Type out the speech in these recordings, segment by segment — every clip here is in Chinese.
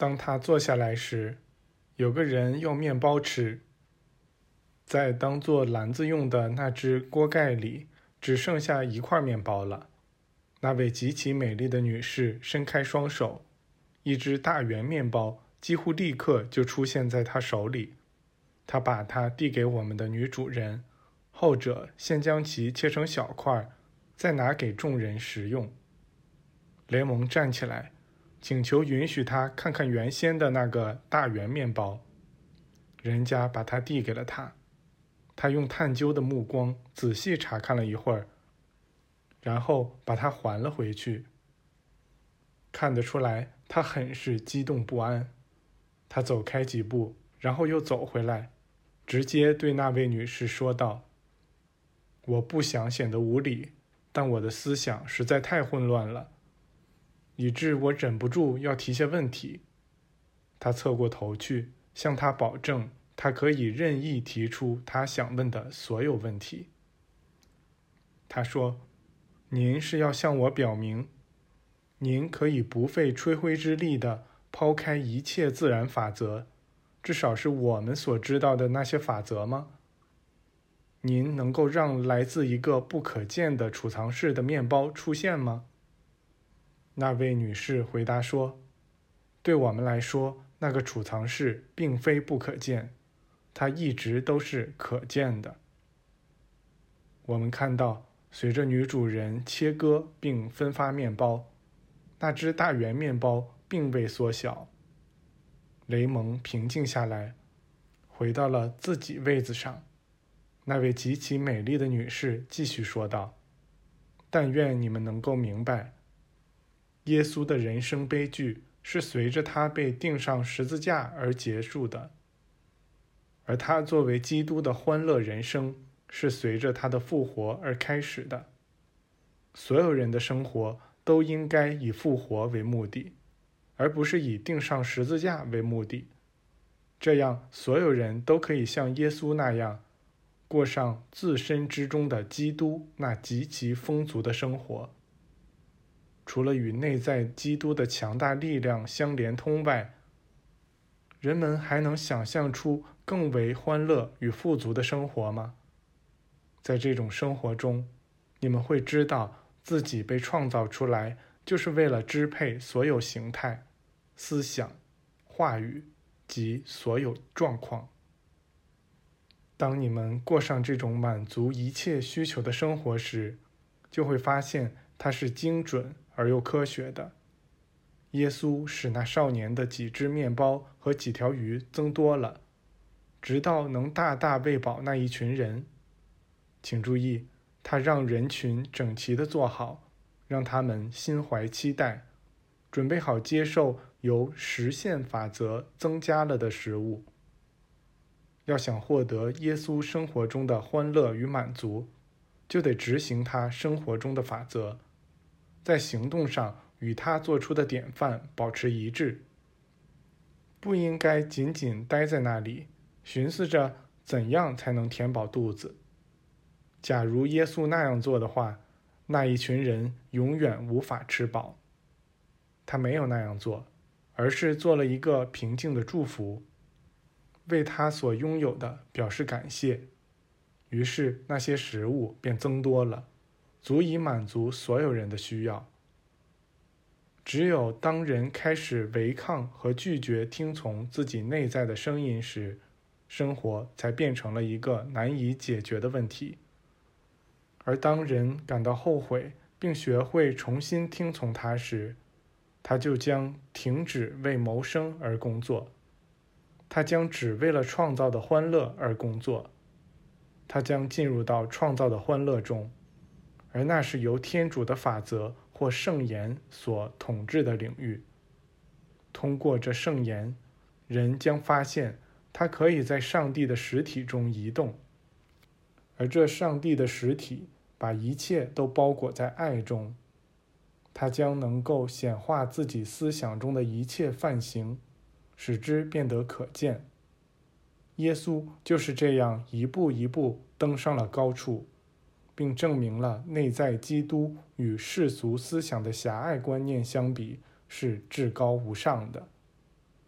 当他坐下来时，有个人要面包吃，在当做篮子用的那只锅盖里只剩下一块面包了。那位极其美丽的女士伸开双手，一只大圆面包几乎立刻就出现在她手里。她把它递给我们的女主人，后者先将其切成小块，再拿给众人食用。雷蒙站起来，请求允许他看看原先的那个大圆面包。人家把它递给了他，他用探究的目光仔细查看了一会儿，然后把它还了回去。看得出来，他很是激动不安。他走开几步，然后又走回来，直接对那位女士说道：“我不想显得无礼，但我的思想实在太混乱了，以致我忍不住要提些问题。”他侧过头去，向他保证他可以任意提出他想问的所有问题。他说：“您是要向我表明，您可以不费吹灰之力地抛开一切自然法则，至少是我们所知道的那些法则吗？您能够让来自一个不可见的储藏室的面包出现吗？”那位女士回答说：“对我们来说，那个储藏室并非不可见，它一直都是可见的。”我们看到，随着女主人切割并分发面包，那只大圆面包并未缩小。雷蒙平静下来，回到了自己位子上。那位极其美丽的女士继续说道：“但愿你们能够明白，耶稣的人生悲剧是随着他被钉上十字架而结束的，而他作为基督的欢乐人生是随着他的复活而开始的。所有人的生活都应该以复活为目的，而不是以钉上十字架为目的。这样，所有人都可以像耶稣那样，过上自身之中的基督那极其丰足的生活。除了与内在基督的强大力量相连通外，人们还能想象出更为欢乐与富足的生活吗？在这种生活中，你们会知道自己被创造出来，就是为了支配所有形态、思想、话语及所有状况。当你们过上这种满足一切需求的生活时，就会发现它是精准而又科学的。耶稣使那少年的几只面包和几条鱼增多了，直到能大大喂饱那一群人。请注意，他让人群整齐地坐好，让他们心怀期待，准备好接受由实现法则增加了的食物。要想获得耶稣生活中的欢乐与满足，就得执行他生活中的法则，在行动上与他做出的典范保持一致。不应该仅仅待在那里，寻思着怎样才能填饱肚子。假如耶稣那样做的话，那一群人永远无法吃饱。他没有那样做，而是做了一个平静的祝福，为他所拥有的表示感谢。于是那些食物便增多了，足以满足所有人的需要。只有当人开始违抗和拒绝听从自己内在的声音时，生活才变成了一个难以解决的问题。而当人感到后悔并学会重新听从他时，他就将停止为谋生而工作，他将只为了创造的欢乐而工作，他将进入到创造的欢乐中，而那是由天主的法则或圣言所统治的领域。通过这圣言，人将发现他可以在上帝的实体中移动，而这上帝的实体把一切都包裹在爱中。他将能够显化自己思想中的一切范型，使之变得可见。耶稣就是这样一步一步登上了高处，并证明了内在基督与世俗思想的狭隘观念相比是至高无上的。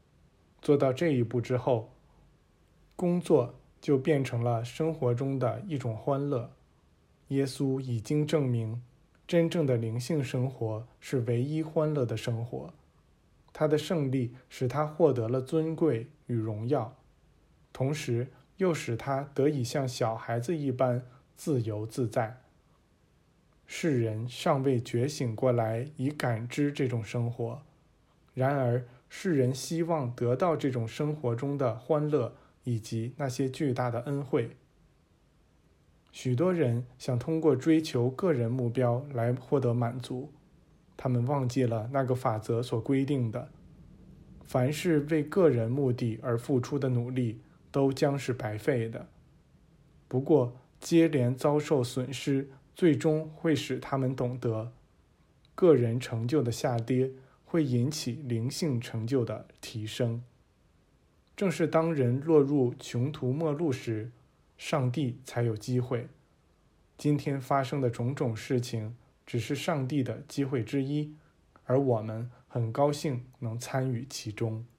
做到这一步之后，工作就变成了生活中的一种欢乐。耶稣已经证明，真正的灵性生活是唯一欢乐的生活。他的胜利使他获得了尊贵与荣耀，同时又使他得以像小孩子一般自由自在。世人尚未觉醒过来以感知这种生活，然而世人希望得到这种生活中的欢乐以及那些巨大的恩惠。许多人想通过追求个人目标来获得满足，他们忘记了那个法则所规定的：凡是为个人目的而付出的努力都将是白费的。不过接连遭受损失最终会使他们懂得，个人成就的下跌会引起灵性成就的提升。正是当人落入穷途末路时，上帝才有机会。今天发生的种种事情只是上帝的机会之一，而我们很高兴能参与其中。